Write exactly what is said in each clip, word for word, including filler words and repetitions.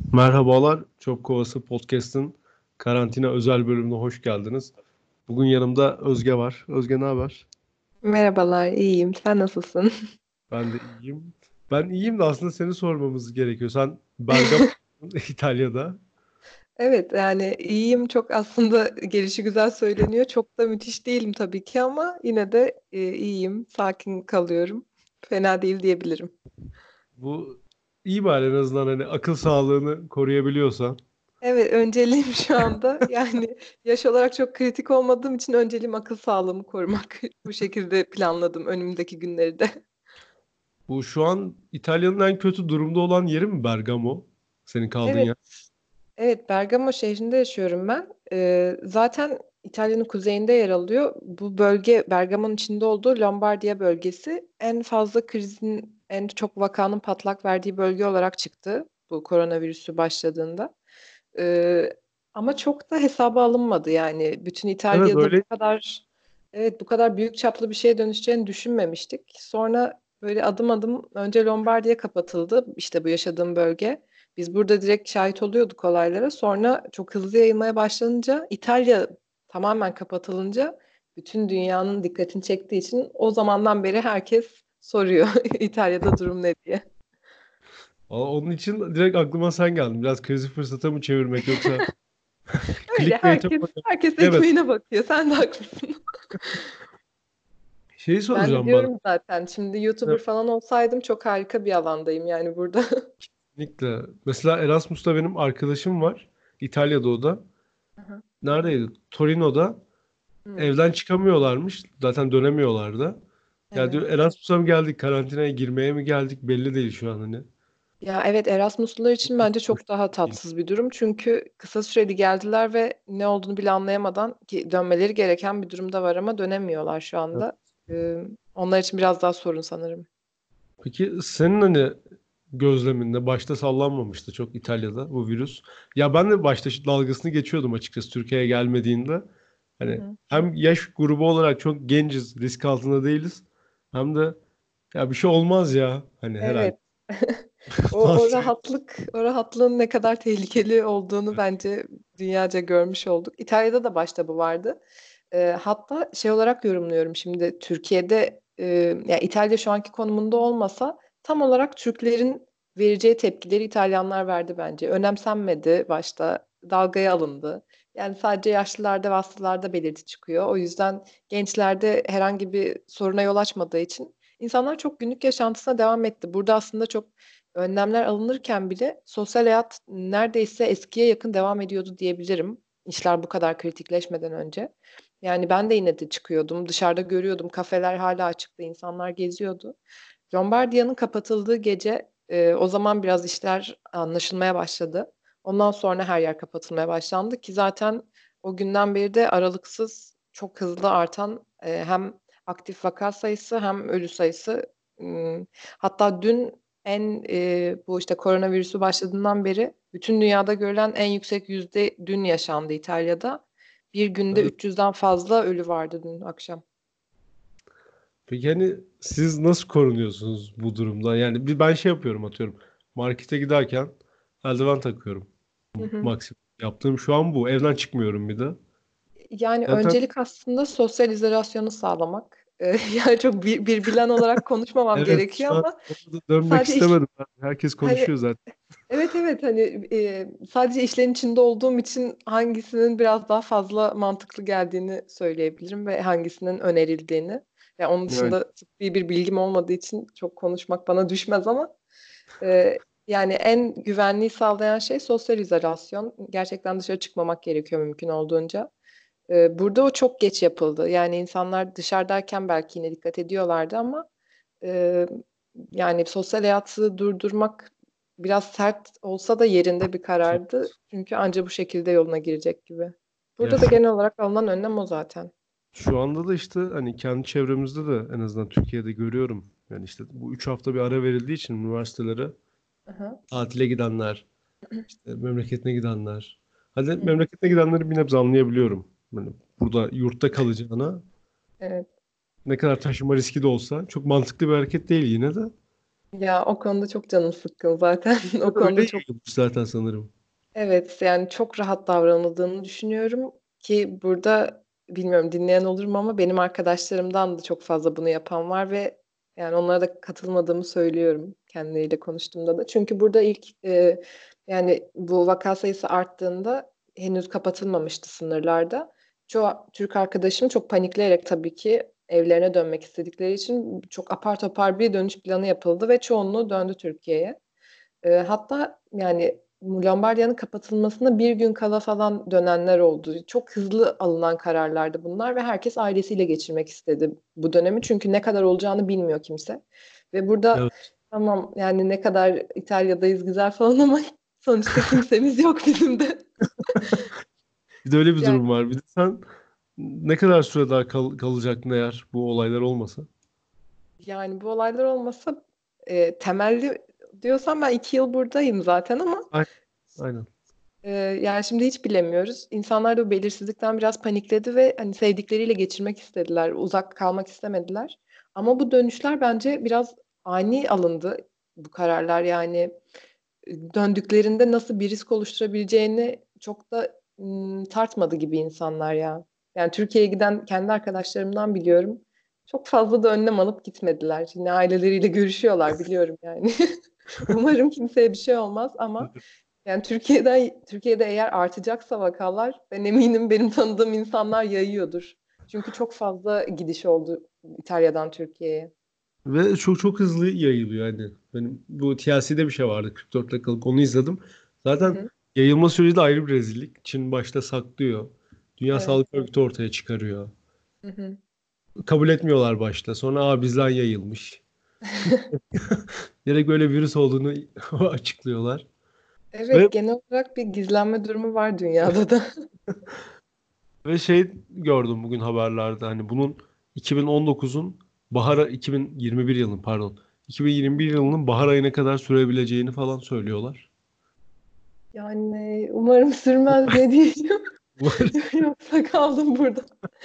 Merhabalar, Çöp Kovası Podcast'ın karantina özel bölümüne hoş geldiniz. Bugün yanımda Özge var. Özge ne haber? Merhabalar, iyiyim. Sen nasılsın? Ben de iyiyim. Ben iyiyim de aslında seni sormamız gerekiyor. Sen Bergama, İtalya'da. Evet, yani iyiyim. Çok aslında gelişi güzel söyleniyor. Çok da müthiş değilim tabii ki ama yine de e, iyiyim. Sakin kalıyorum. Fena değil diyebilirim. Bu iyi bari en azından hani akıl sağlığını koruyabiliyorsan. Evet, önceliğim şu anda yani yaş olarak çok kritik olmadığım için önceliğim akıl sağlığımı korumak. Bu şekilde planladım önümüzdeki günleri de. Bu şu an İtalya'nın en kötü durumda olan yeri mi Bergamo? Senin kaldığın Evet, yer. Evet, Bergamo şehrinde yaşıyorum ben. Ee, zaten İtalya'nın kuzeyinde yer alıyor. Bu bölge Bergamo'nun içinde olduğu Lombardiya bölgesi en fazla krizin, en çok vakanın patlak verdiği bölge olarak çıktı bu koronavirüsü başladığında. Ee, Ama çok da hesaba alınmadı yani. Bütün Evet İtalya'da bu öyle. kadar, evet bu kadar büyük çaplı bir şeye dönüşeceğini düşünmemiştik. Sonra böyle adım adım önce Lombardiya kapatıldı, işte bu yaşadığım bölge. Biz burada direkt şahit oluyorduk olaylara. Sonra çok hızlı yayılmaya başlanınca İtalya tamamen kapatılınca bütün dünyanın dikkatini çektiği için o zamandan beri herkes soruyor İtalya'da durum ne diye. Valla onun için direkt aklıma sen geldin. Biraz krizi fırsata mı çevirmek yoksa Öyle clickbait'e mi herkes oynamak? herkes Evet. ekmeğine bakıyor. Sen de haklısın. Şeyi Ben de soracağım bana. diyorum zaten şimdi YouTuber falan olsaydım çok harika bir alandayım yani burada. Kesinlikle. Mesela Erasmus'ta benim arkadaşım var. İtalya'da o da. Aha. Neredeydi? Torino'da. Hmm, Evden çıkamıyorlarmış. Zaten dönemiyorlardı. Ya evet. diyor Erasmus'a mı geldik? Karantinaya girmeye mi geldik? Belli değil şu an hani. Ya evet, Erasmuslular için bence çok daha tatsız bir durum. Çünkü kısa süreli geldiler ve ne olduğunu bile anlayamadan ki dönmeleri gereken bir durumda var ama dönemiyorlar şu anda. Ee, Onlar için biraz daha sorun sanırım. Peki senin hani gözleminde başta sallanmamıştı çok İtalya'da bu virüs. Ya ben de başta şu dalgasını geçiyordum açıkçası Türkiye'ye gelmediğinde. Hı Hani hı. hem yaş grubu olarak çok genciz, risk altında değiliz. Hem de ya bir şey olmaz ya hani herhalde. Evet. O, o rahatlık, o rahatlığın ne kadar tehlikeli olduğunu bence dünyaca görmüş olduk. İtalya'da da başta bu vardı. Ee, hatta şey olarak yorumluyorum şimdi Türkiye'de e, yani İtalya şu anki konumunda olmasa tam olarak Türklerin vereceği tepkileri İtalyanlar verdi bence. Önemsenmedi başta, dalgaya alındı. Yani sadece yaşlılarda ve hastalarda belirti çıkıyor. O yüzden gençlerde herhangi bir soruna yol açmadığı için insanlar çok günlük yaşantısına devam etti. Burada aslında çok önlemler alınırken bile sosyal hayat neredeyse eskiye yakın devam ediyordu diyebilirim. İşler bu kadar kritikleşmeden önce. Yani ben de yine de çıkıyordum. Dışarıda görüyordum. Kafeler hala açıktı. İnsanlar geziyordu. Lombardiya'nın kapatıldığı gece e, o zaman biraz işler anlaşılmaya başladı. Ondan sonra her yer kapatılmaya başlandı ki zaten o günden beri de aralıksız çok hızlı artan e, hem aktif vaka sayısı hem ölü sayısı. Hmm, Hatta dün en e, bu işte koronavirüsü başladığından beri bütün dünyada görülen en yüksek yüzde dün yaşandı İtalya'da. Bir günde Evet. üç yüzden fazla ölü vardı dün akşam. Peki hani siz nasıl korunuyorsunuz bu durumda? Yani bir ben şey yapıyorum atıyorum. Markete giderken eldiven takıyorum. Hı hı. Maksimum yaptığım şu an bu. Evden çıkmıyorum bir de. Yani Zaten öncelik aslında sosyal izolasyonu sağlamak. Ee, Yani çok bir, bir bilen olarak konuşmamam evet gerekiyor şu an ama orada dönmek sadece iş, istemedim. Herkes hani konuşuyor zaten. evet evet hani e, sadece işlerin içinde olduğum için hangisinin biraz daha fazla mantıklı geldiğini söyleyebilirim ve hangisinin önerildiğini. Yani onun Evet. dışında tıbbi bir bilgim olmadığı için çok konuşmak bana düşmez ama e, yani en güvenliği sağlayan şey sosyal izolasyon. Gerçekten dışarı çıkmamak gerekiyor mümkün olduğunca. Ee, burada o çok geç yapıldı. Yani insanlar dışarıdayken belki yine dikkat ediyorlardı ama e, yani sosyal hayatı durdurmak biraz sert olsa da yerinde bir Çok. karardı. Çünkü anca bu şekilde yoluna girecek gibi. Ya Burada da şu genel olarak alınan önlem o zaten. şu anda da işte hani kendi çevremizde de en azından Türkiye'de görüyorum. Yani işte bu üç hafta bir ara verildiği için üniversitelere Aha. tatile gidenler, işte memleketine gidenler. Hadi Hı hı. memleketine gidenleri bir nebze anlayabiliyorum. Yani burada yurtta kalacağına Evet. ne kadar taşıma riski de olsa çok mantıklı bir hareket değil yine de. Ya o konuda çok canım sıkkın zaten. O Öyle konuda çok yayılmış zaten sanırım. evet yani çok rahat davranıldığını düşünüyorum ki burada bilmiyorum dinleyen olur mu ama benim arkadaşlarımdan da çok fazla bunu yapan var ve yani onlara da katılmadığımı söylüyorum kendileriyle konuştuğumda da. Çünkü burada ilk e, yani bu vaka sayısı arttığında henüz kapatılmamıştı sınırlarda. Çoğu Türk arkadaşım çok panikleyerek tabii ki evlerine dönmek istedikleri için çok apar topar bir dönüş planı yapıldı ve çoğunluğu döndü Türkiye'ye. E, hatta yani Lombardiya'nın kapatılmasına bir gün kala falan dönenler oldu. Çok hızlı alınan kararlardı bunlar ve herkes ailesiyle geçirmek istedi bu dönemi. Çünkü ne kadar olacağını bilmiyor kimse. Ve burada Evet. tamam yani ne kadar İtalya'dayız güzel falan ama sonuçta kimsemiz yok bizim de. Bir de öyle bir Yani durum var. Bir de sen ne kadar süre daha kal kalacaktın eğer bu olaylar olmasa? yani bu olaylar olmasa e, temelli diyorsam ben iki yıl buradayım zaten ama Aynen. Aynen. Ee, yani şimdi hiç bilemiyoruz. İnsanlar da bu belirsizlikten biraz panikledi ve hani sevdikleriyle geçirmek istediler, uzak kalmak istemediler. Ama bu dönüşler bence biraz ani alındı bu kararlar. Yani e, döndüklerinde nasıl bir risk oluşturabileceğini çok da ım, tartmadı gibi insanlar ya. Yani Türkiye'ye giden kendi arkadaşlarımdan biliyorum. Çok fazla da önlem alıp gitmediler. Yine aileleriyle görüşüyorlar biliyorum yani. Umarım kimseye bir şey olmaz ama yani Türkiye'den Türkiye'de eğer artacaksa vakalar ben eminim benim tanıdığım insanlar yayıyordur. Çünkü çok fazla gidiş oldu İtalya'dan Türkiye'ye. Ve çok çok hızlı yayılıyor yani. Benim bu T L C'de bir şey vardı kırk dört dakikalık onu izledim. Hı Zaten hı. yayılma süreci de ayrı bir rezillik. Çin başta saklıyor. Dünya Evet. Sağlık Örgütü ortaya çıkarıyor. Hı hı. Kabul etmiyorlar başta. Sonra Aa, bizden yayılmış. Direkt böyle virüs olduğunu açıklıyorlar. Ve Evet, genel olarak bir gizlenme durumu var dünyada da. ve şey gördüm bugün haberlerde hani bunun iki bin on dokuzun bahara iki bin yirmi bir yılının pardon iki bin yirmi bir yılının bahar ayına kadar sürebileceğini falan söylüyorlar. Yani umarım sürmez ne diyeceğim. Var. Yoksa kaldım burada.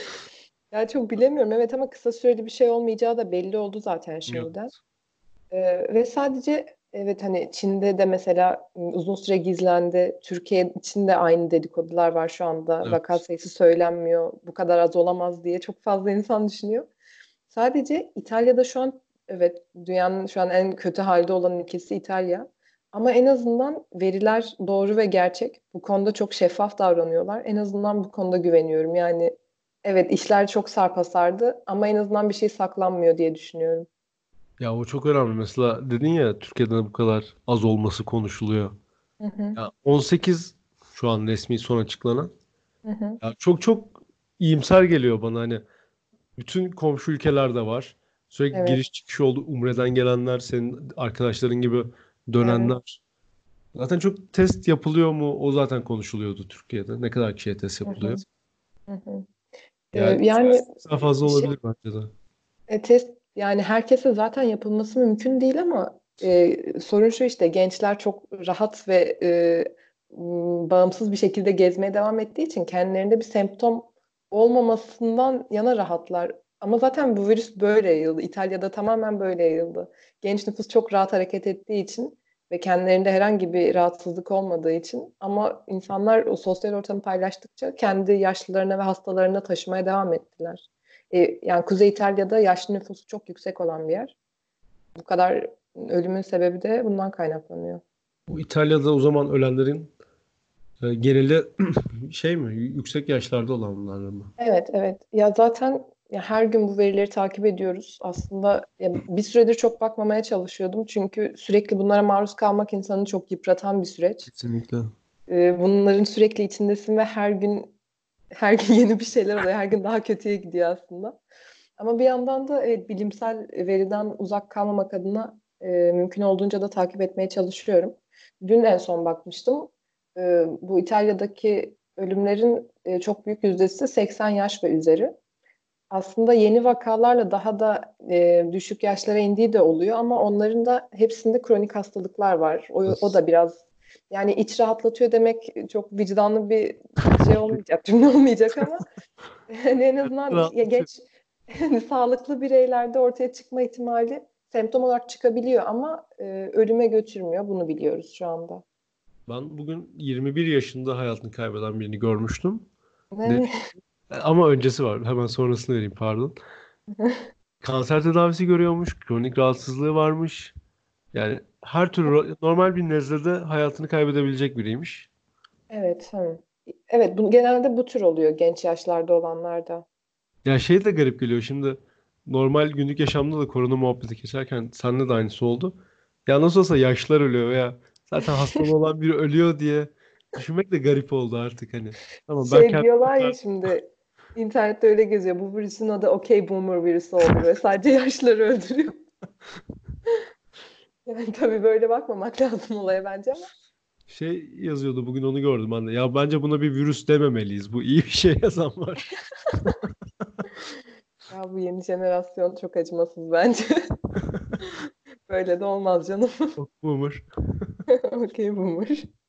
Ya çok bilemiyorum evet ama kısa süreli bir şey olmayacağı da belli oldu zaten şimdiden. Evet. Ee, ve sadece evet hani Çin'de de mesela ım, uzun süre gizlendi. Türkiye içinde aynı dedikodular var şu anda. Vaka Evet. sayısı söylenmiyor. Bu kadar az olamaz diye çok fazla insan düşünüyor. Sadece İtalya'da şu an evet dünyanın şu an en kötü halde olan ülkesi İtalya. Ama en azından veriler doğru ve gerçek. Bu konuda çok şeffaf davranıyorlar. En azından bu konuda güveniyorum. Yani evet işler çok sarpa ama en azından bir şey saklanmıyor diye düşünüyorum. Ya o çok önemli. Mesela dedin ya Türkiye'de bu kadar az olması konuşuluyor. Hı hı, Ya on sekiz şu an resmi son açıklanan. hı hı. Ya çok çok iyimser geliyor bana hani bütün komşu ülkelerde var. Sürekli Evet, giriş çıkış oldu. Umre'den gelenler, senin arkadaşların gibi evet. dönenler. Zaten çok test yapılıyor mu? O zaten konuşuluyordu Türkiye'de. Ne kadar kişiye test Hı yapılıyor? hı, hı hı. Ee, Yani yani daha fazla şey, olabilir bence de. e, test yani herkese zaten yapılması mümkün değil ama e, sorun şu işte gençler çok rahat ve e, m, bağımsız bir şekilde gezmeye devam ettiği için kendilerinde bir semptom olmamasından yana rahatlar. Ama zaten bu virüs böyle yayıldı. İtalya'da tamamen böyle yayıldı. Genç nüfus çok rahat hareket ettiği için ve kendilerinde herhangi bir rahatsızlık olmadığı için ama insanlar o sosyal ortamı paylaştıkça kendi yaşlılarına ve hastalarına taşımaya devam ettiler. E, yani Kuzey İtalya'da yaşlı nüfusu çok yüksek olan bir yer. Bu kadar ölümün sebebi de bundan kaynaklanıyor. Bu İtalya'da o zaman ölenlerin e, geneli şey mi? Yüksek yaşlarda olanlar mı? Evet, evet. Ya zaten ya her gün bu verileri takip ediyoruz. Aslında ya bir süredir çok bakmamaya çalışıyordum. Çünkü sürekli bunlara maruz kalmak insanı çok yıpratan bir süreç. Kesinlikle. E, bunların sürekli içindesin ve her gün her gün yeni bir şeyler oluyor. Her gün daha kötüye gidiyor aslında. Ama bir yandan da evet, bilimsel veriden uzak kalmamak adına e, mümkün olduğunca da takip etmeye çalışıyorum. Dün en son bakmıştım. E, bu İtalya'daki ölümlerin e, çok büyük yüzdesi seksen yaş ve üzeri. Aslında yeni vakalarla daha da e, düşük yaşlara indiği de oluyor ama onların da hepsinde kronik hastalıklar var. O, o da biraz yani iç rahatlatıyor demek çok vicdanlı bir şey olmayacak, cümle olmayacak ama yani en azından ya Rahatlatıyor. geç yani sağlıklı bireylerde ortaya çıkma ihtimali semptom olarak çıkabiliyor ama e, ölüme götürmüyor. Bunu biliyoruz şu anda. Ben bugün yirmi bir yaşında hayatını kaybeden birini görmüştüm. De, Ne? ama öncesi var. Hemen sonrasını vereyim, pardon. Kanser tedavisi görüyormuş. Kronik rahatsızlığı varmış. Yani her türlü normal bir nezlede hayatını kaybedebilecek biriymiş. Evet. Hı. Evet, bu, genelde bu tür oluyor genç yaşlarda olanlarda. Ya şey de garip geliyor şimdi, normal günlük yaşamda da korona muhabbeti geçerken seninle de aynısı oldu. Ya nasıl olsa yaşlılar ölüyor veya zaten hastalığı olan biri ölüyor diye düşünmek de garip oldu artık hani. Tamam, ben Şey kendim diyorlar ya kurtar- şimdi internette öyle geziyor. Bu virüsün adı okey boomer virüsü oldu ve sadece yaşlıları öldürüyor. Yani tabii böyle bakmamak lazım olaya bence ama. şey yazıyordu, bugün onu gördüm ben de. Ya bence buna bir virüs dememeliyiz. Bu iyi bir şey yazan var. Ya bu yeni jenerasyon çok acımasız bence. Böyle de olmaz canım. Çok boomer. Okey boomer.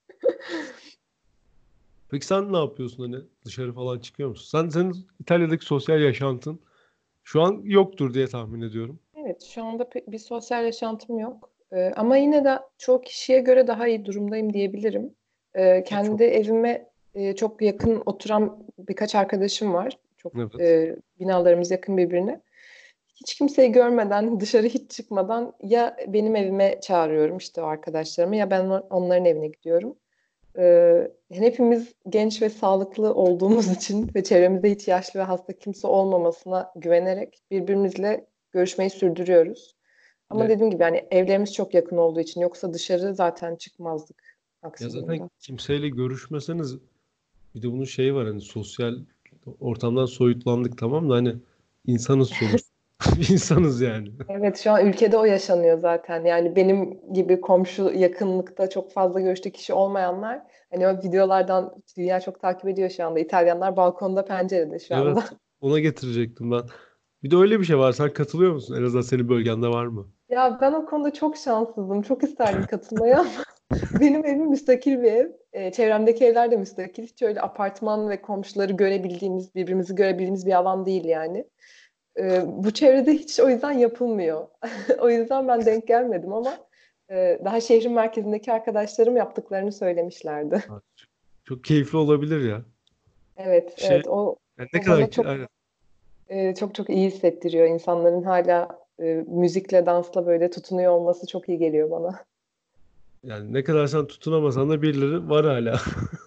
Peki sen ne yapıyorsun, hani dışarı falan çıkıyor musun? Sen senin İtalya'daki sosyal yaşantın şu an yoktur diye tahmin ediyorum. Evet, şu anda pe- bir sosyal yaşantım yok. Ee, ama yine de çoğu kişiye göre daha iyi durumdayım diyebilirim. Ee, E, çok kendi evime e, çok yakın oturan birkaç arkadaşım var. Çok evet. e, binalarımız yakın birbirine. Hiç kimseyi görmeden, dışarı hiç çıkmadan ya benim evime çağırıyorum işte o arkadaşlarımı ya ben on- onların evine gidiyorum. Ee, yani hepimiz genç ve sağlıklı olduğumuz için ve çevremizde hiç yaşlı ve hasta kimse olmamasına güvenerek birbirimizle görüşmeyi sürdürüyoruz. Ama Ya, dediğim gibi yani evlerimiz çok yakın olduğu için yoksa dışarı zaten çıkmazdık ya aksi zaten durumda. kimseyle görüşmeseniz, bir de bunun şeyi var, hani sosyal ortamdan soyutlandık, tamam da hani insanız sonuçta. İnsanız yani. Evet, şu an ülkede o yaşanıyor zaten. Yani benim gibi komşu yakınlıkta çok fazla görüştüğü kişi olmayanlar hani o videolardan dünya çok takip ediyor şu anda. İtalyanlar balkonda pencerede şu anda. Evet, ona getirecektim ben. Bir de öyle bir şey var. Sen katılıyor musun? En azından senin bölgende var mı? Ya ben o konuda çok şanssızım. Çok isterdim katılmaya ama benim evim müstakil bir ev. Ee, çevremdeki evler de müstakil. Hiç öyle apartman ve komşuları görebildiğimiz, birbirimizi görebildiğimiz bir alan değil yani. Ee, bu çevrede hiç o yüzden yapılmıyor. O yüzden ben denk gelmedim ama e, daha şehrin merkezindeki arkadaşlarım yaptıklarını söylemişlerdi. Ha, çok keyifli olabilir ya. Evet, Şey, evet o yani ne o kadar bana ki çok aynen. e, çok çok iyi hissettiriyor. İnsanların hala e, müzikle, dansla böyle tutunuyor olması çok iyi geliyor bana. Yani ne kadar sen tutunamasan da birileri var hala.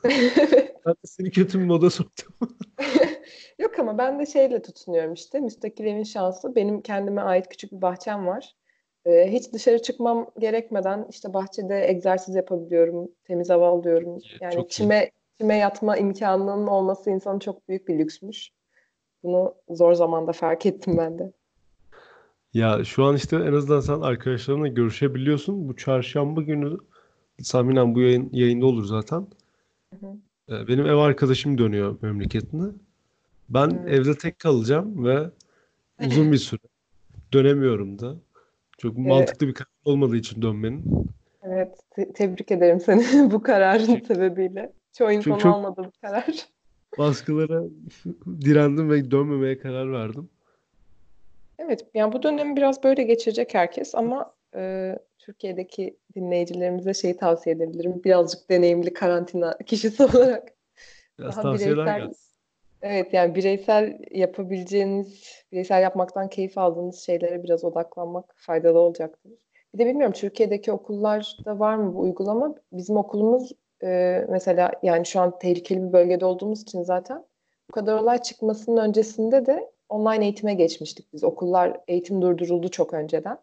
Ben de seni kötü bir moda soktum. Yok ama ben de şeyle tutunuyorum işte. Müstakil evin şansı. Benim kendime ait küçük bir bahçem var. Ee, hiç dışarı çıkmam gerekmeden işte bahçede egzersiz yapabiliyorum. Temiz hava alıyorum. Yani Çok iyi. çime, çime yatma imkanının olması insanın çok büyük bir lüksmüş. Bunu zor zamanda fark ettim ben de. Ya şu an işte en azından sen arkadaşlarınla görüşebiliyorsun. Bu çarşamba günü tahminen bu yayın, yayında olur zaten. Hı hı. Ee, Benim ev arkadaşım dönüyor memleketine. Ben Evet. evde tek kalacağım ve uzun bir süre dönemiyorum da. Çok Ee, mantıklı bir karar olmadığı için dönmenin. evet, te- tebrik ederim seni bu kararın Teşekkür- sebebiyle. Çoğu Çünkü insan çok almadı bu karar. baskılara direndim ve dönmemeye karar verdim. Evet, yani bu dönemi biraz böyle geçirecek herkes ama e, Türkiye'deki dinleyicilerimize şeyi tavsiye edebilirim. Birazcık deneyimli karantina kişisi olarak Biraz daha tavsiyeler bireysel, gelsin. evet yani bireysel yapabileceğiniz, bireysel yapmaktan keyif aldığınız şeylere biraz odaklanmak faydalı olacaktır. Bir de bilmiyorum Türkiye'deki okullarda var mı bu uygulama? Bizim okulumuz e, mesela yani şu an tehlikeli bir bölgede olduğumuz için zaten bu kadar olay çıkmasının öncesinde de online eğitime geçmiştik biz. Okullar eğitim durduruldu çok önceden.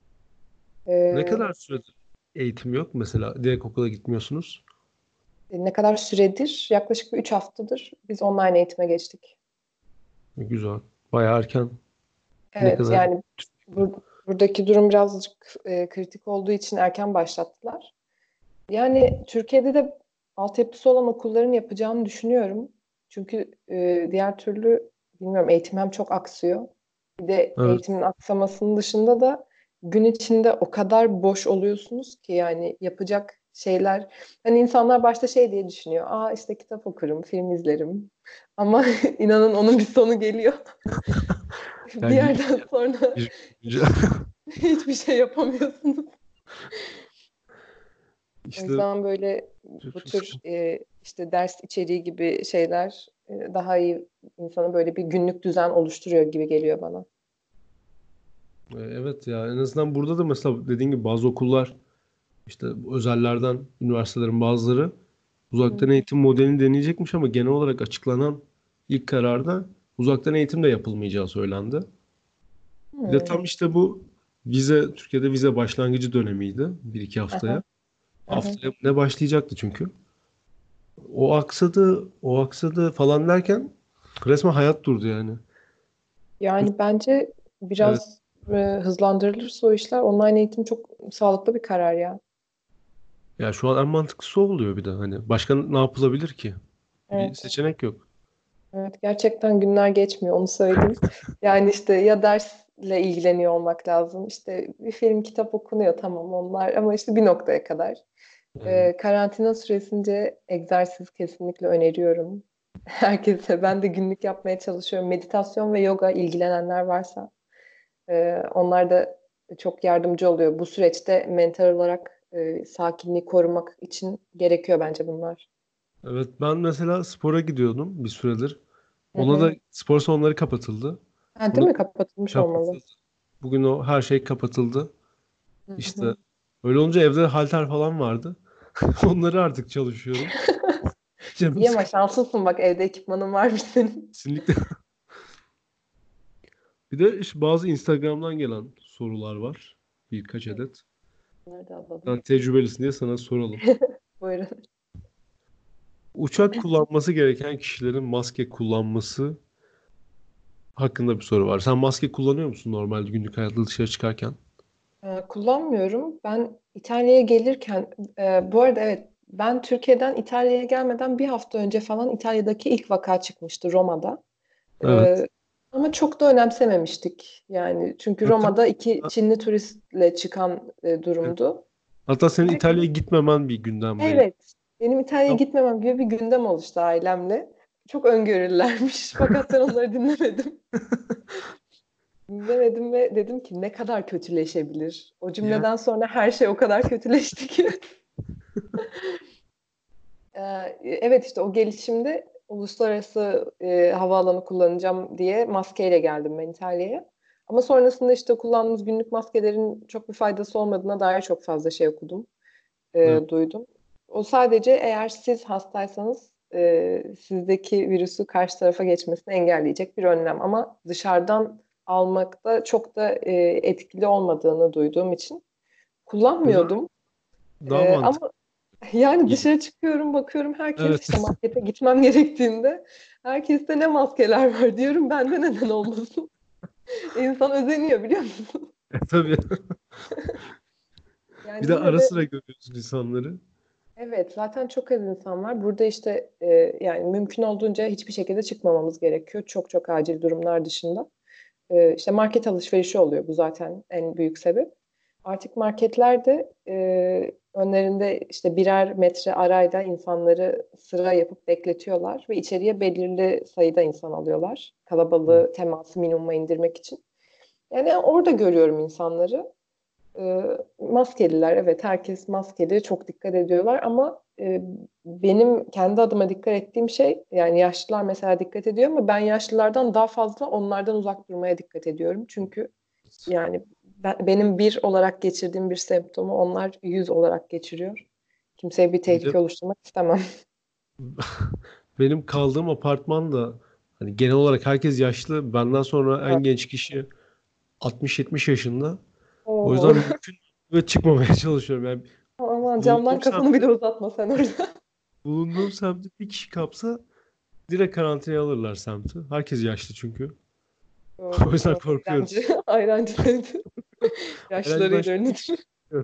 Ne E, kadar süredir eğitim yok mesela? Direkt okula gitmiyorsunuz. ne kadar süredir? Yaklaşık bir üç haftadır biz online eğitime geçtik. Güzel. Bayağı erken. Ne Evet kadar? yani bu, buradaki durum birazcık e, kritik olduğu için erken başlattılar. Yani Türkiye'de de altyapısı olan okulların yapacağını düşünüyorum. Çünkü e, diğer türlü bilmiyorum eğitim hem çok aksıyor. Bir de Evet. eğitimin aksamasının dışında da gün içinde o kadar boş oluyorsunuz ki yani yapacak şeyler. Hani insanlar başta şey diye düşünüyor. Aa işte kitap okurum, film izlerim. Ama inanın onun bir sonu geliyor. Bir Yani bir, yerden sonra bir, bir- Hiçbir şey yapamıyorsunuz. O İşte yüzden böyle çok, bu çok tür sıkıntı. e, işte ders içeriği gibi şeyler e, daha iyi insana böyle bir günlük düzen oluşturuyor gibi geliyor bana. E, Evet ya, en azından burada da mesela dediğin gibi bazı okullar, işte özellerden üniversitelerin bazıları Hı hı. uzaktan eğitim modelini deneyecekmiş ama genel olarak açıklanan ilk kararda uzaktan eğitim de yapılmayacağı söylendi. Bir de Hmm. tam işte bu vize, Türkiye'de vize başlangıcı dönemiydi, bir iki Aha, haftaya. aha. Haftaya ne başlayacaktı çünkü. O aksadı, o aksadı falan derken resmen hayat durdu yani. Yani bence Evet. biraz e, hızlandırılırsa o işler online eğitim çok sağlıklı bir karar ya. Ya şu an en mantıklısı o oluyor bir de. Hani başka ne yapılabilir ki? Bir Evet. seçenek yok. Evet, gerçekten günler geçmiyor onu söyleyeyim. Yani işte ya dersle ilgileniyor olmak lazım. İşte bir film, kitap okunuyor tamam onlar ama işte bir noktaya kadar. Yani, Ee, karantina süresince egzersiz kesinlikle öneriyorum. Herkese ben de günlük yapmaya çalışıyorum. Meditasyon ve yoga ilgilenenler varsa e, onlar da çok yardımcı oluyor. Bu süreçte mental olarak e, sakinliği korumak için gerekiyor bence bunlar. evet, ben mesela spora gidiyordum bir süredir. Hı Ona hı. da spor salonları kapatıldı. Ha, değil Bunu mi? Kapatılmış olmalı. kapatıldı. Bugün o her şey kapatıldı. Hı İşte hı. öyle olunca evde halter falan vardı. Onları artık çalışıyorum. Canım İyi ama sıkıldı. şanslısın bak evde ekipmanın varmış senin. Kesinlikle. Bir de işte bazı Instagram'dan gelen sorular var. Birkaç Hı, adet. nerede alalım? Sen tecrübelisin diye sana soralım. Buyurun. Uçak kullanması gereken kişilerin maske kullanması hakkında bir soru var. Sen maske kullanıyor musun normalde günlük hayatta dışarı çıkarken? Ee, kullanmıyorum. Ben İtalya'ya gelirken, e, bu arada evet, ben Türkiye'den İtalya'ya gelmeden bir hafta önce falan İtalya'daki ilk vaka çıkmıştı Roma'da. Evet. Ee, ama çok da önemsememiştik. Yani çünkü Roma'da iki Hatta, Çinli turistle çıkan e, durumdu. hatta senin Herkes, İtalya'ya gitmemen bir gündemdeydi. evet, benim İtalya'ya gitmemem gibi bir gündem oluştu ailemle. Çok öngörülermiş fakat ben onları dinlemedim. Dinlemedim ve dedim ki ne kadar kötüleşebilir? O Yani, cümleden sonra her şey o kadar kötüleşti ki. Ee, evet işte o gelişimde uluslararası e, havaalanı kullanacağım diye maskeyle geldim ben İtalya'ya. Ama sonrasında işte kullandığımız günlük maskelerin çok bir faydası olmadığına dair çok fazla şey okudum, evet. e, duydum. O sadece eğer siz hastaysanız e, sizdeki virüsü karşı tarafa geçmesini engelleyecek bir önlem. Ama dışarıdan almakta çok da e, etkili olmadığını duyduğum için O zaman kullanmıyordum. daha E, mantıklı ama yani geliyor. dışarı çıkıyorum bakıyorum herkes Evet. işte markete gitmem gerektiğinde herkeste ne maskeler var diyorum bende neden olmasın. İnsan özeniyor biliyor musun? E, tabii. Bir Yani de yine ara de sıra görüyorsun insanları. evet zaten çok az insan var. Burada işte e, yani mümkün olduğunca hiçbir şekilde çıkmamamız gerekiyor. Çok çok acil durumlar dışında. E, işte market alışverişi oluyor bu zaten en büyük sebep. Artık marketlerde e, önlerinde işte birer metre arayla insanları sıra yapıp bekletiyorlar ve içeriye belirli sayıda insan alıyorlar. Hı. Kalabalığı, teması minimuma indirmek için. Yani orada görüyorum insanları. E, maskeliler, evet herkes maskeli, çok dikkat ediyorlar ama e, benim kendi adıma dikkat ettiğim şey yani yaşlılar mesela dikkat ediyor ama ben yaşlılardan daha fazla onlardan uzak durmaya dikkat ediyorum. Çünkü yani ben, benim bir olarak geçirdiğim bir semptomu onlar yüz olarak geçiriyor. Kimseye bir Bir de tehlike oluşturmak istemem. benim kaldığım apartman da hani genel olarak herkes yaşlı. Benden sonra en genç kişi altmış yetmiş yaşında. O Oo. yüzden mümkün ve çıkmamaya çalışıyorum. Yani Aman camdan bulunduğum kafanı semtte, bile uzatma sen orada. bulunduğum semtte bir kişi kapsa direkt karantinaya alırlar semti. Herkes yaşlı çünkü. O Doğru, yüzden doğru. korkuyorum. Ayrancı. Ayrancı dedi. Eğlenceden Yaşlarıyla çok ünlüdür. korkuyorum.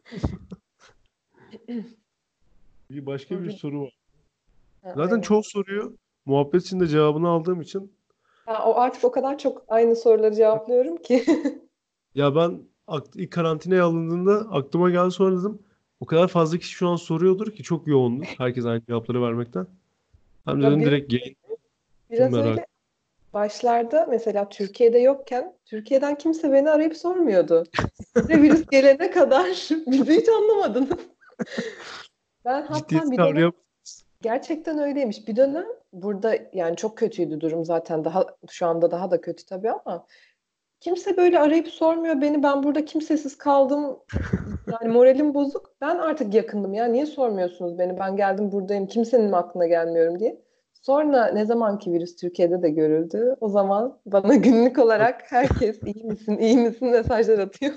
Bir başka bir Bugün soru var. ha, Zaten aynen. çoğu soruyu muhabbet içinde cevabını aldığım için Ha, o artık o kadar çok aynı soruları cevaplıyorum ki. ya ben akt- ilk karantinaya alındığında aklıma geldi, sonra dedim o kadar fazla kişi şu an soruyordur ki çok yoğundur. Herkes aynı cevapları vermekten. Hem Ya dedim biraz, direkt yayın, tüm biraz merak. öyle. başlarda mesela Türkiye'de yokken Türkiye'den kimse beni arayıp sormuyordu. Ve virüs gelene kadar bizi hiç anlamadınız. Ben hatta Ciddiyetini bir dönem kavrayam gerçekten öyleymiş. Bir dönem burada yani çok kötüydü durum zaten. Daha şu anda daha da kötü tabii ama kimse böyle arayıp sormuyor beni. Ben burada kimsesiz kaldım. Yani moralim bozuk. Ben artık yakındım ya. Niye sormuyorsunuz beni? Ben geldim buradayım. Kimsenin mi aklına gelmiyorum diye. Sonra ne zamanki virüs Türkiye'de de görüldü. O zaman bana günlük olarak herkes iyi misin, iyi misin mesajlar atıyor.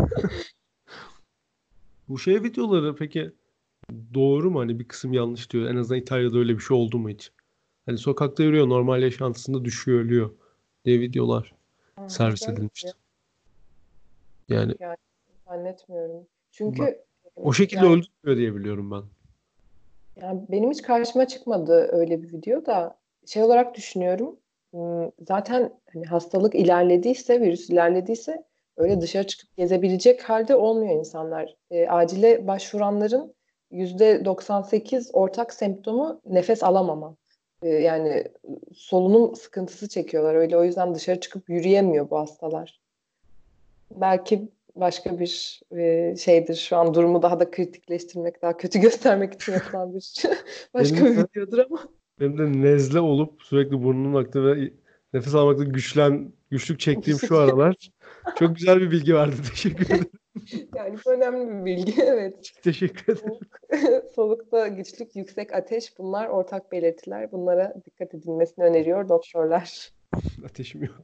Bu şey videoları peki doğru mu? Hani bir kısım yanlış diyor. En azından İtalya'da öyle bir şey oldu mu hiç? Hani sokakta yürüyor, normal yaşantısında düşüyor, ölüyor diye videolar Aa, hiç servis görmedim ya. edilmişti. Yani Yani zannetmiyorum. ben Çünkü o şekilde yani öldürmüyor diye biliyorum ben. Yani benim hiç karşıma çıkmadı öyle bir video da şey olarak düşünüyorum. hmm, Zaten hani hastalık ilerlediyse, virüs ilerlediyse öyle dışarı çıkıp gezebilecek halde olmuyor insanlar. E, acile başvuranların yüzde doksan sekiz ortak semptomu nefes alamama. E, yani solunum sıkıntısı çekiyorlar. Öyle o yüzden dışarı çıkıp yürüyemiyor bu hastalar. Belki başka bir e, şeydir şu an durumu daha da kritikleştirmek, daha kötü göstermek için yapılan bir başka Benim bir de, videodur ama. benim de nezle olup sürekli burnum aktı ve nefes almakta güçlen, güçlük çektiğim şu aralar. Çok güzel bir bilgi verdin. Teşekkür ederim. Yani bu önemli bir bilgi, evet. Çok teşekkür ederim. Soluk, solukta güçlük, yüksek ateş bunlar ortak belirtiler. Bunlara dikkat edilmesini öneriyor doktorlar. Ateşim yok.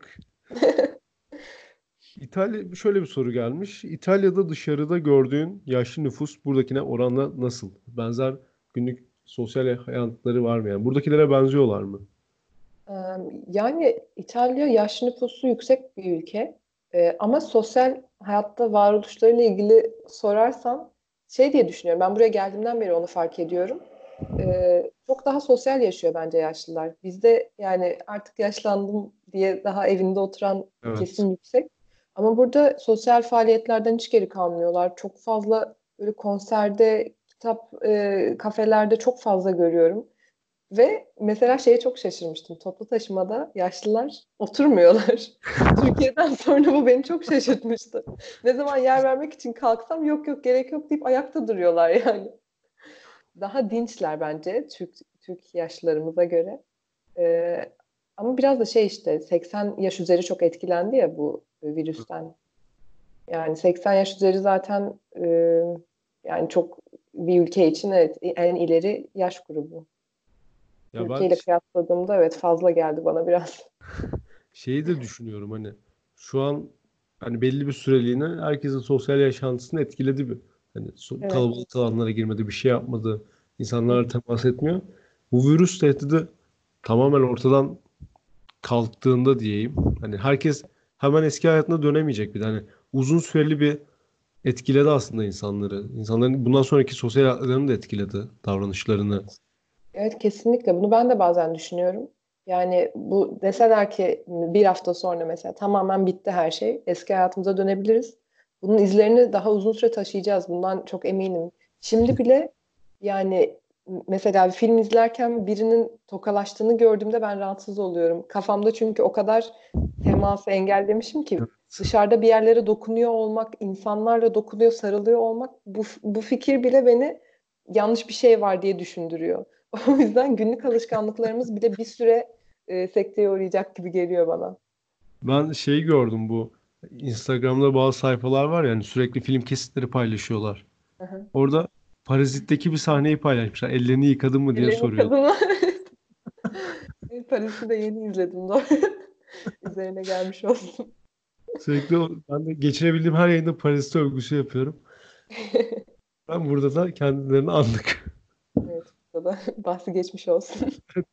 İtalya şöyle bir soru gelmiş. İtalya'da dışarıda gördüğün yaşlı nüfus buradakine oranla nasıl? Benzer günlük sosyal hayatları var mı yani? Buradakilere benziyorlar mı? Ee, Yani İtalya yaşlı nüfusu yüksek bir ülke. Ee, ama sosyal hayatta varoluşlarıyla ilgili sorarsan şey diye düşünüyorum. Ben buraya geldiğimden beri onu fark ediyorum. Ee, çok daha sosyal yaşıyor bence yaşlılar. Bizde yani artık yaşlandım diye daha evinde oturan bir Evet. kesim yüksek. Ama burada sosyal faaliyetlerden hiç geri kalmıyorlar. Çok fazla böyle konserde, kitap, e, kafelerde çok fazla görüyorum. Ve mesela şeye çok şaşırmıştım. Toplu taşımada yaşlılar oturmuyorlar. Türkiye'den sonra bu beni çok şaşırtmıştı. Ne zaman yer vermek için kalksam yok yok gerek yok deyip ayakta duruyorlar yani. Daha dinçler bence Türk Türk yaşlılarımıza göre. Ee, Ama biraz da şey işte seksen yaş üzeri çok etkilendi ya bu virüsten. Yani seksen yaş üzeri zaten e, yani çok bir ülke için evet en ileri yaş grubu. Ya Türkiye ben ile kıyasladığımda evet fazla geldi bana biraz. şeyi de düşünüyorum hani şu an hani belli bir süreliğine herkesin sosyal yaşantısını etkiledi bir. Hani so- Evet. kalabalık alanlara girmedi, bir şey yapmadı, insanlarla temas etmiyor. Bu virüs tehdidi tamamen ortadan kalktığında diyeyim. Hani herkes hemen eski hayatına dönemeyecek bir de. Hani uzun süreli bir etkiledi aslında insanları. İnsanların bundan sonraki sosyal hayatlarını da etkiledi, davranışlarını. Evet kesinlikle. Bunu ben de bazen düşünüyorum. Yani bu deseler ki bir hafta sonra mesela tamamen bitti her şey. Eski hayatımıza dönebiliriz. Bunun izlerini daha uzun süre taşıyacağız. Bundan çok eminim. Şimdi bile yani mesela bir film izlerken birinin tokalaştığını gördüğümde ben rahatsız oluyorum. Kafamda çünkü o kadar teması engellemişim ki dışarıda bir yerlere dokunuyor olmak, insanlarla dokunuyor, sarılıyor olmak bu, bu fikir bile beni yanlış bir şey var diye düşündürüyor. O yüzden günlük alışkanlıklarımız bile bir süre e, sekteye uğrayacak gibi geliyor bana. Ben şey gördüm, bu Instagram'da bazı sayfalar var yani sürekli film kesitleri paylaşıyorlar. Hı hı. Orada Parazit'teki bir sahneyi paylaşmışlar. Ellerini yıkadın mı diye Ellerini soruyor. kadınlar. Paris'i de yeni izledim doğru. Üzerine gelmiş olsun. Sürekli o- ben de geçirebildiğim her yayında Parazit övgüsü yapıyorum. Ben burada da kendilerini andık. Evet, burada da bahsi geçmiş olsun.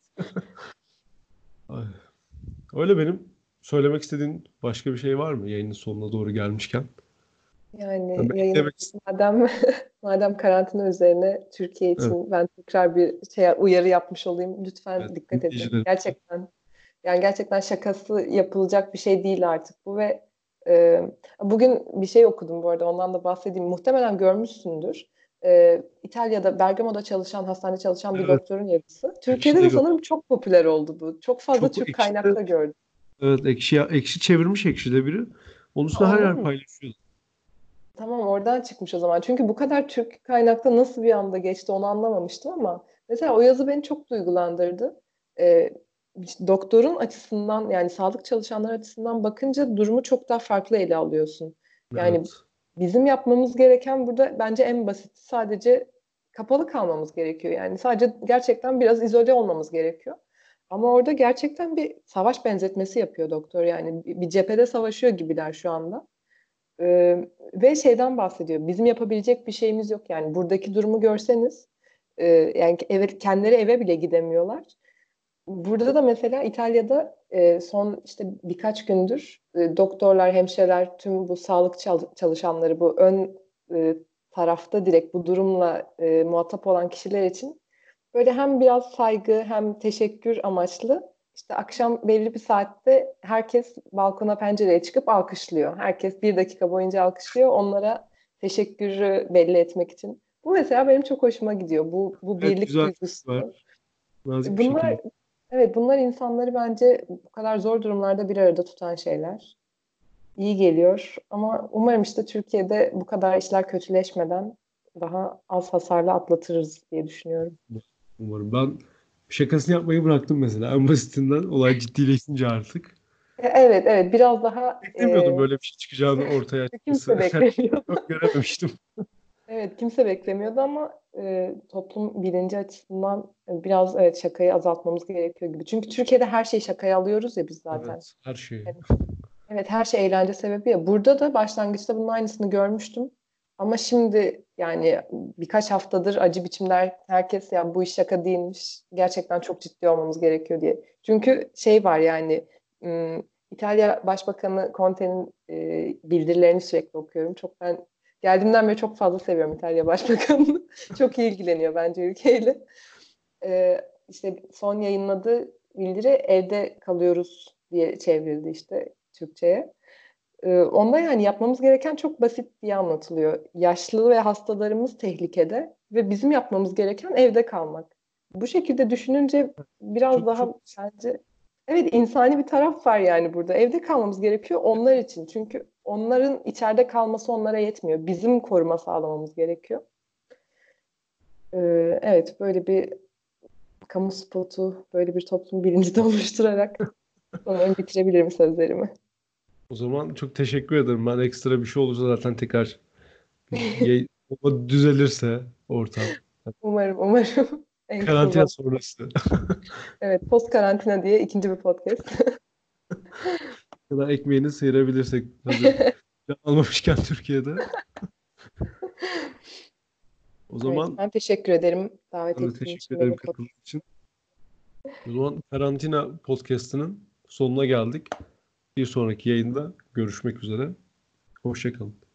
Ay. Öyle, benim söylemek istediğin başka bir şey var mı yayının sonuna doğru gelmişken? Yani Ben de yayın eklemek istedim. madem madem karantina üzerine Türkiye Evet, için ben tekrar bir şey uyarı yapmış olayım. Lütfen evet. dikkat edin. Dinleyiciler. Gerçekten yani gerçekten şakası yapılacak bir şey değil artık bu ve e, bugün bir şey okudum bu arada ondan da bahsedeyim. Muhtemelen görmüşsündür. E, İtalya'da Bergamo'da çalışan, hastanede çalışan bir Evet. doktorun yazısı. Türkiye'de Ekşi'de de gördüm. sanırım çok popüler oldu bu. Çok fazla Çok Türk Ekşi'de kaynakta gördüm. Evet, ekşi, ekşi çevirmiş Ekşi'de biri. Onun Ha, üstüne her ondan yer mı? paylaşıyordu. Tamam, oradan çıkmış o zaman. Çünkü bu kadar Türk kaynakta nasıl bir anda geçti onu anlamamıştım ama mesela o yazı beni çok duygulandırdı. Ee, işte doktorun açısından, yani sağlık çalışanları açısından bakınca durumu çok daha farklı ele alıyorsun. Yani Evet. bizim yapmamız gereken burada bence en basit, sadece kapalı kalmamız gerekiyor. Yani sadece gerçekten biraz izole olmamız gerekiyor. Ama orada gerçekten bir savaş benzetmesi yapıyor doktor. Yani bir bir cephede savaşıyor gibiler şu anda. Ee, Ve şeyden bahsediyor. Bizim yapabilecek bir şeyimiz yok. Yani buradaki durumu görseniz, e, yani evet, kendileri eve bile gidemiyorlar. Burada da mesela İtalya'da e, son işte birkaç gündür e, doktorlar, hemşireler, tüm bu sağlık çal- çalışanları, bu ön e, tarafta direkt bu durumla e, muhatap olan kişiler için böyle hem biraz saygı hem teşekkür amaçlı işte akşam belli bir saatte herkes balkona, pencereye çıkıp alkışlıyor. Herkes bir dakika boyunca alkışlıyor onlara, teşekkürü belli etmek için. Bu mesela benim çok hoşuma gidiyor. Bu, bu Evet, birlik güzel var. duygusunu. Nazik bir Bunlar, şekilde. evet, bunlar insanları bence bu kadar zor durumlarda bir arada tutan şeyler. İyi geliyor ama umarım işte Türkiye'de bu kadar işler kötüleşmeden daha az hasarla atlatırız diye düşünüyorum. Umarım. Ben şakasını yapmayı bıraktım mesela. En basitinden olay ciddileşince artık. E, Evet, evet, biraz daha Beklemiyordum e, böyle bir şey çıkacağını ortaya açıkçası. kimse beklemiyordu. Görememiştim. Evet, kimse beklemiyordu ama e, toplum bilinci açısından e, biraz, evet, şakayı azaltmamız gerekiyor gibi. Çünkü Türkiye'de her şeyi şakaya alıyoruz ya biz zaten. Evet, her şeyi. Evet, evet, her şey eğlence sebebi ya. Burada da başlangıçta bunun aynısını görmüştüm. Ama şimdi yani birkaç haftadır acı biçimler herkes ya bu iş şaka değilmiş. Gerçekten çok ciddi olmamız gerekiyor diye. Çünkü şey var yani, ım, İtalya Başbakanı Conte'nin e, bildirilerini sürekli okuyorum. Çok, ben geldiğimden beri çok fazla seviyorum İtalya Başbakanı'nı. Çok iyi ilgileniyor bence ülkeyle. E, işte son yayınladığı bildiri evde kalıyoruz diye çevrildi işte Türkçe'ye. Ee, onda yani yapmamız gereken çok basit diye anlatılıyor. Yaşlı ve hastalarımız tehlikede ve bizim yapmamız gereken evde kalmak. Bu şekilde düşününce biraz Çok çok daha bence, evet, insani bir taraf var yani burada. Evde kalmamız gerekiyor onlar için. Çünkü onların içeride kalması onlara yetmiyor. Bizim koruma sağlamamız gerekiyor. Ee, evet, böyle bir kamu spotu, böyle bir toplum bilinci de oluşturarak sanırım bitirebilirim sözlerimi. o zaman çok teşekkür ederim. Ben ekstra bir şey olursa zaten tekrar bir yay- o düzelirse ortam. Umarım, umarım en kısa Karantina zamanda. sonrası. Evet, post karantina diye ikinci bir podcast. Ya da ekmeğini sıyırabilirsek hazır can almamışken Türkiye'de. O Evet, zaman ben teşekkür ederim davet ben de ettiğin teşekkür için ederim beni katıldığın podcast. için. O zaman karantina podcast'ının sonuna geldik. Bir sonraki yayında görüşmek üzere. Hoşça kalın.